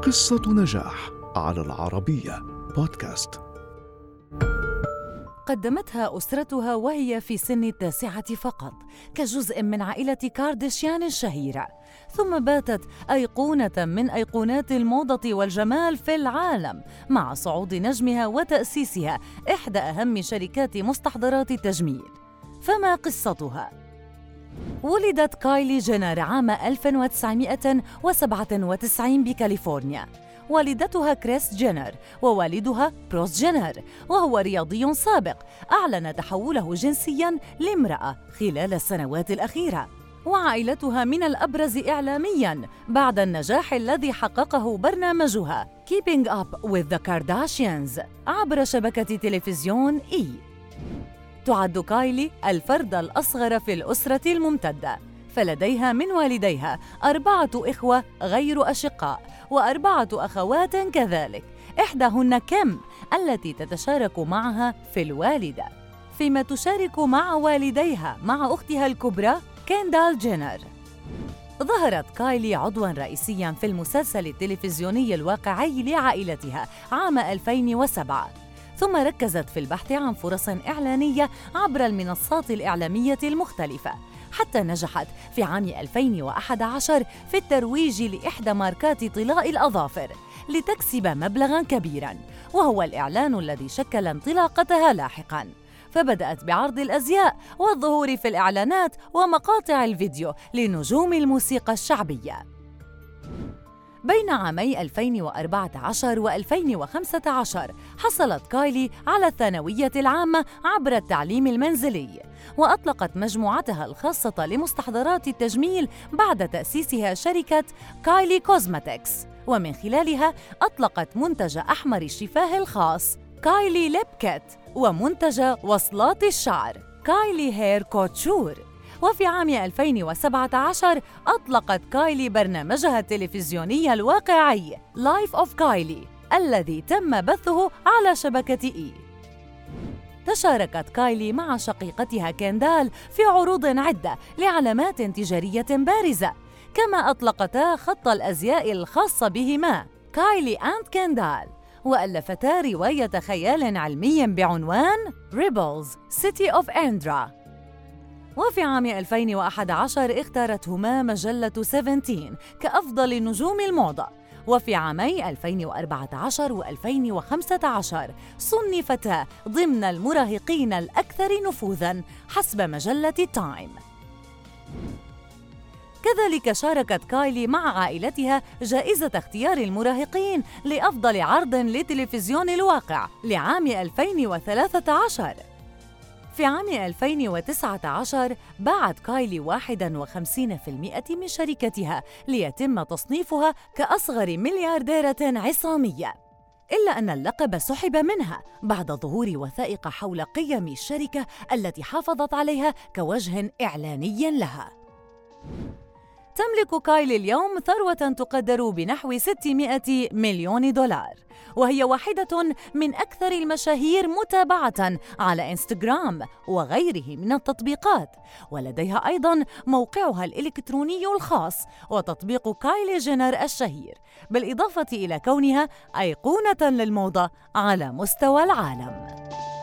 قصة نجاح على العربية بودكاست. قدمتها أسرتها وهي في سن 9 فقط كجزء من عائلة كارداشيان الشهيرة، ثم باتت أيقونة من أيقونات الموضة والجمال في العالم مع صعود نجمها وتأسيسها إحدى أهم شركات مستحضرات التجميل. فما قصتها؟ ولدت كايلي جينر عام 1997 بكاليفورنيا. والدتها كريس جينر ووالدها بروس جينر، وهو رياضي سابق أعلن تحوله جنسياً لامرأة خلال السنوات الأخيرة. وعائلتها من الأبرز إعلامياً بعد النجاح الذي حققه برنامجها Keeping Up with the Kardashians عبر شبكة تلفزيون إي. تعد كايلي الفرد الأصغر في الأسرة الممتدة، فلديها من والديها 4 إخوة غير أشقاء و4 أخوات كذلك، إحداهن كيم التي تتشارك معها في الوالدة، فيما تشارك مع والديها مع أختها الكبرى كيندال جينر. ظهرت كايلي عضواً رئيسياً في المسلسل التلفزيوني الواقعي لعائلتها عام 2007، ثم ركزت في البحث عن فرص إعلانية عبر المنصات الإعلامية المختلفة، حتى نجحت في عام 2011 في الترويج لإحدى ماركات طلاء الأظافر لتكسب مبلغاً كبيراً، وهو الإعلان الذي شكل انطلاقتها لاحقاً. فبدأت بعرض الأزياء والظهور في الإعلانات ومقاطع الفيديو لنجوم الموسيقى الشعبية. بين عامي 2014 و2015 حصلت كايلي على الثانوية العامة عبر التعليم المنزلي، وأطلقت مجموعتها الخاصة لمستحضرات التجميل بعد تأسيسها شركة كايلي كوزماتكس، ومن خلالها أطلقت منتج أحمر الشفاه الخاص كايلي ليب كيت ومنتج وصلات الشعر كايلي هير كوتشور. وفي عام 2017 أطلقت كايلي برنامجها التلفزيوني الواقعي Life of كايلي الذي تم بثه على شبكة إي. تشاركت كايلي مع شقيقتها كيندال في عروض عدة لعلامات تجارية بارزة، كما أطلقتا خط الأزياء الخاص بهما كايلي أند كيندال، وألفتا رواية خيال علمي بعنوان Rebels City of Andra. وفي عام 2011 اختارتهما مجلة 17 كأفضل نجوم الموضة، وفي عامي 2014 و2015 صنفتا ضمن المراهقين الأكثر نفوذاً حسب مجلة تايم. كذلك شاركت كايلي مع عائلتها جائزة اختيار المراهقين لأفضل عرض لتلفزيون الواقع لعام 2013. في عام 2019 باعت كايلي 51% من شركتها ليتم تصنيفها كأصغر مليارديرة عصامية، إلا أن اللقب سحب منها بعد ظهور وثائق حول قيم الشركة التي حافظت عليها كوجه إعلاني لها. تملك كايلي اليوم ثروة تقدر بنحو 600 مليون دولار، وهي واحدة من أكثر المشاهير متابعة على إنستغرام وغيره من التطبيقات، ولديها أيضاً موقعها الإلكتروني الخاص وتطبيق كايلي جينر الشهير، بالإضافة إلى كونها أيقونة للموضة على مستوى العالم.